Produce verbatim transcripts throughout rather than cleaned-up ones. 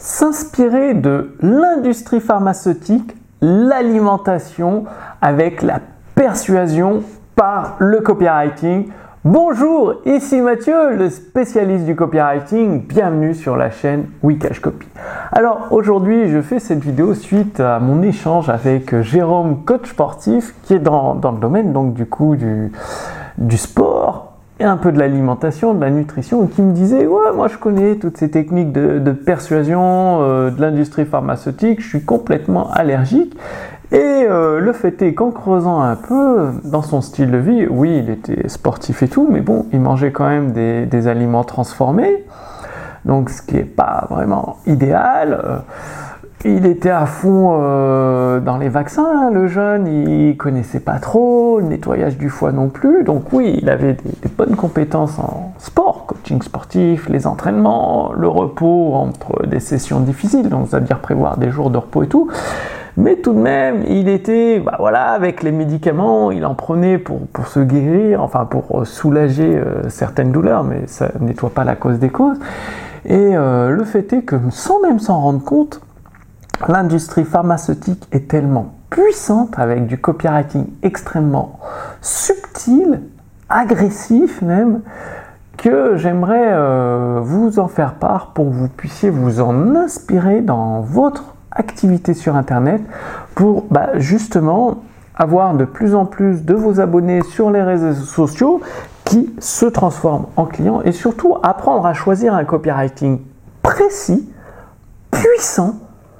s'inspirer de l'industrie pharmaceutique, l'alimentation avec la persuasion par le copywriting. Bonjour, ici Mathieu, le spécialiste du copywriting. Bienvenue sur la chaîne Wikash Copy. Alors aujourd'hui, je fais cette vidéo suite à mon échange avec Jérôme, coach sportif, qui est dans, dans le domaine donc du coup du, du sport et un peu de l'alimentation, de la nutrition, et qui me disait ouais, moi je connais toutes ces techniques de, de persuasion euh, de l'industrie pharmaceutique, je suis complètement allergique. Et euh, le fait est qu'en creusant un peu dans son style de vie, oui, il était sportif et tout, mais bon, il mangeait quand même des, des aliments transformés, donc ce qui n'est pas vraiment idéal. Euh, il était à fond euh, dans les vaccins, hein, le jeune, il connaissait pas trop, le nettoyage du foie non plus, donc oui, il avait des, des bonnes compétences en sport, coaching sportif, les entraînements, le repos entre des sessions difficiles, donc c'est-à-dire prévoir des jours de repos et tout. Mais tout de même, il était, bah voilà, avec les médicaments, il en prenait pour, pour se guérir, enfin pour soulager euh, certaines douleurs, mais ça ne nettoie pas la cause des causes. Et euh, le fait est que, sans même s'en rendre compte, l'industrie pharmaceutique est tellement puissante, avec du copywriting extrêmement subtil, agressif même, que j'aimerais euh, vous en faire part pour que vous puissiez vous en inspirer dans votre activité sur internet pour bah, justement avoir de plus en plus de vos abonnés sur les réseaux sociaux qui se transforment en clients et surtout apprendre à choisir un copywriting précis, puissant,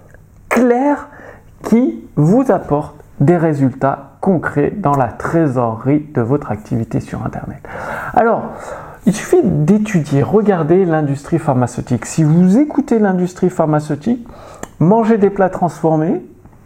clair, qui vous apporte des résultats concrets dans la trésorerie de votre activité sur internet. Alors, il suffit d'étudier, regarder l'industrie pharmaceutique. Si vous écoutez l'industrie pharmaceutique, mangez des plats transformés,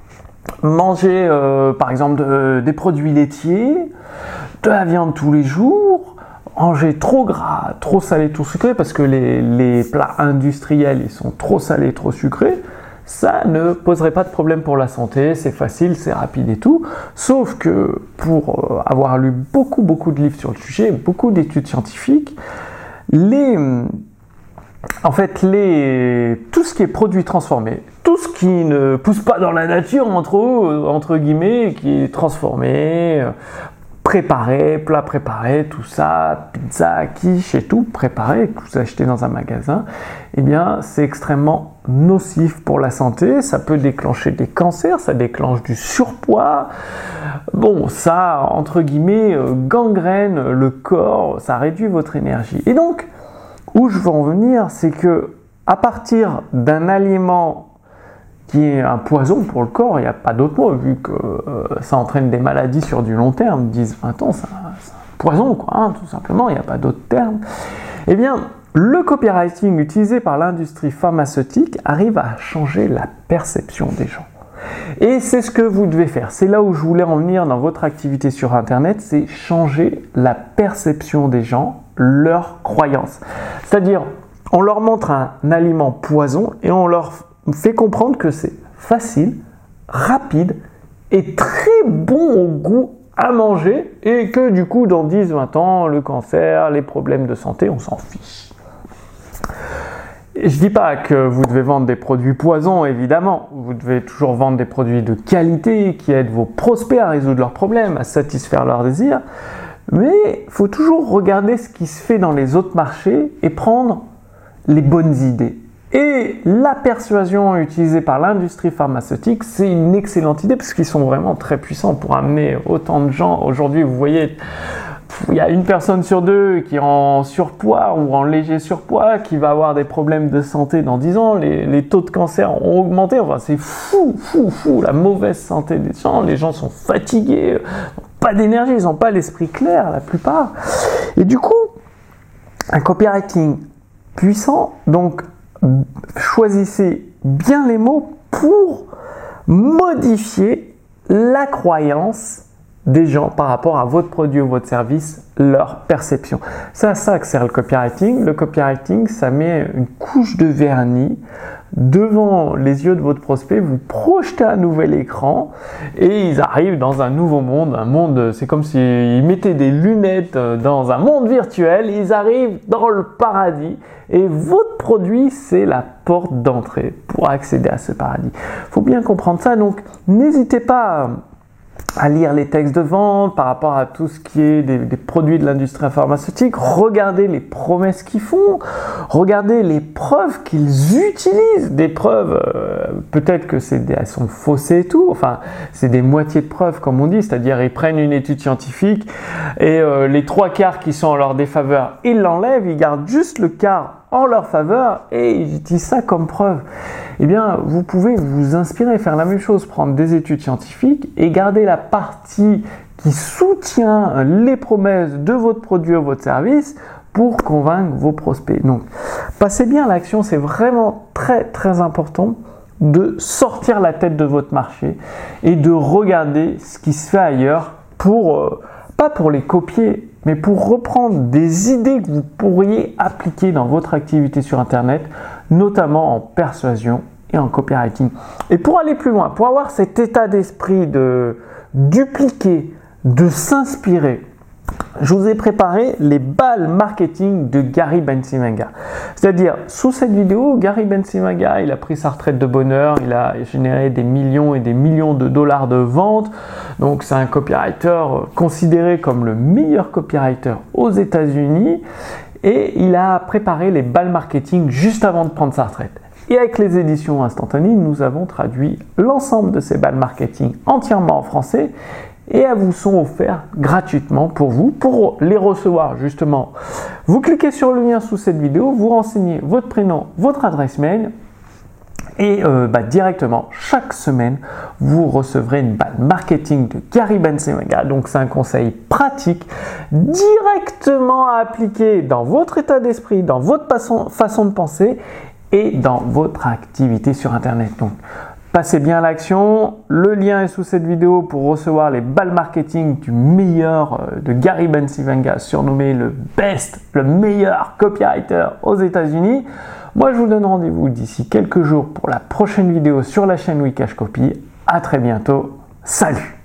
mangez euh, par exemple de, des produits laitiers, de la viande tous les jours, mangez trop gras, trop salé, trop sucré, parce que les, les plats industriels ils sont trop salés, trop sucrés. Ça ne poserait pas de problème pour la santé, c'est facile, c'est rapide et tout. Sauf que pour avoir lu beaucoup, beaucoup de livres sur le sujet, beaucoup d'études scientifiques, les, en fait, les, tout ce qui est produit transformé, tout ce qui ne pousse pas dans la nature, entre, entre guillemets, qui est transformé, préparé, plat préparé, tout ça, pizza, quiche et tout, préparé, que vous achetez dans un magasin, eh bien, c'est extrêmement nocif pour la santé, ça peut déclencher des cancers, ça déclenche du surpoids, bon, ça, entre guillemets, gangrène le corps, ça réduit votre énergie. Et donc, où je veux en venir, c'est que, à partir d'un aliment qui est un poison pour le corps, il n'y a pas d'autre mot, vu que euh, ça entraîne des maladies sur du long terme, dix à vingt ans, c'est un, c'est un poison, quoi, hein, tout simplement, il n'y a pas d'autre terme. Eh bien, le copywriting utilisé par l'industrie pharmaceutique arrive à changer la perception des gens. Et c'est ce que vous devez faire. C'est là où je voulais en venir dans votre activité sur Internet, c'est changer la perception des gens, leurs croyances. C'est-à-dire, on leur montre un aliment poison et on leur fait comprendre que c'est facile, rapide et très bon au goût à manger et que du coup dans dix à vingt ans, le cancer, les problèmes de santé, on s'en fiche. Et je dis pas que vous devez vendre des produits poisons, évidemment. Vous devez toujours vendre des produits de qualité qui aident vos prospects à résoudre leurs problèmes, à satisfaire leurs désirs. Mais il faut toujours regarder ce qui se fait dans les autres marchés et prendre les bonnes idées. Et la persuasion utilisée par l'industrie pharmaceutique, c'est une excellente idée parce qu'ils sont vraiment très puissants pour amener autant de gens. Aujourd'hui, vous voyez, il y a une personne sur deux qui est en surpoids ou en léger surpoids qui va avoir des problèmes de santé dans dix ans. Les, les taux de cancer ont augmenté. Enfin, c'est fou, fou, fou, la mauvaise santé des gens. Les gens sont fatigués, pas d'énergie, ils n'ont pas l'esprit clair, la plupart. Et du coup, un copywriting puissant, donc choisissez bien les mots pour modifier la croyance des gens par rapport à votre produit ou votre service, leur perception. C'est à ça que sert le copywriting. Le copywriting, ça met une couche de vernis devant les yeux de votre prospect, vous projetez un nouvel écran et ils arrivent dans un nouveau monde, un monde, c'est comme s'ils mettaient des lunettes dans un monde virtuel, ils arrivent dans le paradis et votre produit, c'est la porte d'entrée pour accéder à ce paradis. Il faut bien comprendre ça, donc n'hésitez pas à lire les textes de vente par rapport à tout ce qui est des, des produits de l'industrie pharmaceutique, regardez les promesses qu'ils font, regardez les preuves qu'ils utilisent, des preuves, euh, peut-être que c'est des, elles sont faussées et tout, enfin c'est des moitiés de preuves comme on dit, c'est-à-dire ils prennent une étude scientifique et euh, les trois quarts qui sont en leur défaveur, ils l'enlèvent, ils gardent juste le quart en leur faveur et ils utilisent ça comme preuve. Eh bien, vous pouvez vous inspirer, faire la même chose, prendre des études scientifiques et garder la partie qui soutient les promesses de votre produit ou votre service pour convaincre vos prospects. Donc, passez bien à l'action, c'est vraiment très très important de sortir la tête de votre marché et de regarder ce qui se fait ailleurs pour, euh, pas pour les copier, mais pour reprendre des idées que vous pourriez appliquer dans votre activité sur Internet, notamment en persuasion et en copywriting. Et pour aller plus loin, pour avoir cet état d'esprit de dupliquer, de s'inspirer, je vous ai préparé les balles marketing de Gary Bencivenga. C'est-à-dire, sous cette vidéo, Gary Bencivenga, il a pris sa retraite de bonheur, il a généré des millions et des millions de dollars de ventes. Donc, c'est un copywriter considéré comme le meilleur copywriter aux États-Unis. Et il a préparé les balles marketing juste avant de prendre sa retraite. Et avec les éditions instantanées, nous avons traduit l'ensemble de ces balles marketing entièrement en français. Et elles vous sont offertes gratuitement pour vous. Pour les recevoir justement, vous cliquez sur le lien sous cette vidéo, vous renseignez votre prénom, votre adresse mail et euh, bah, directement chaque semaine vous recevrez une balle marketing de Gary Bencivenga. Donc c'est un conseil pratique directement à appliquer dans votre état d'esprit, dans votre façon, façon de penser et dans votre activité sur Internet. Donc passez bien à l'action, le lien est sous cette vidéo pour recevoir les balles marketing du meilleur de Gary Bencivenga, surnommé le best, le meilleur copywriter aux États-Unis. Moi je vous donne rendez-vous d'ici quelques jours pour la prochaine vidéo sur la chaîne Wikash Copy. À très bientôt, salut!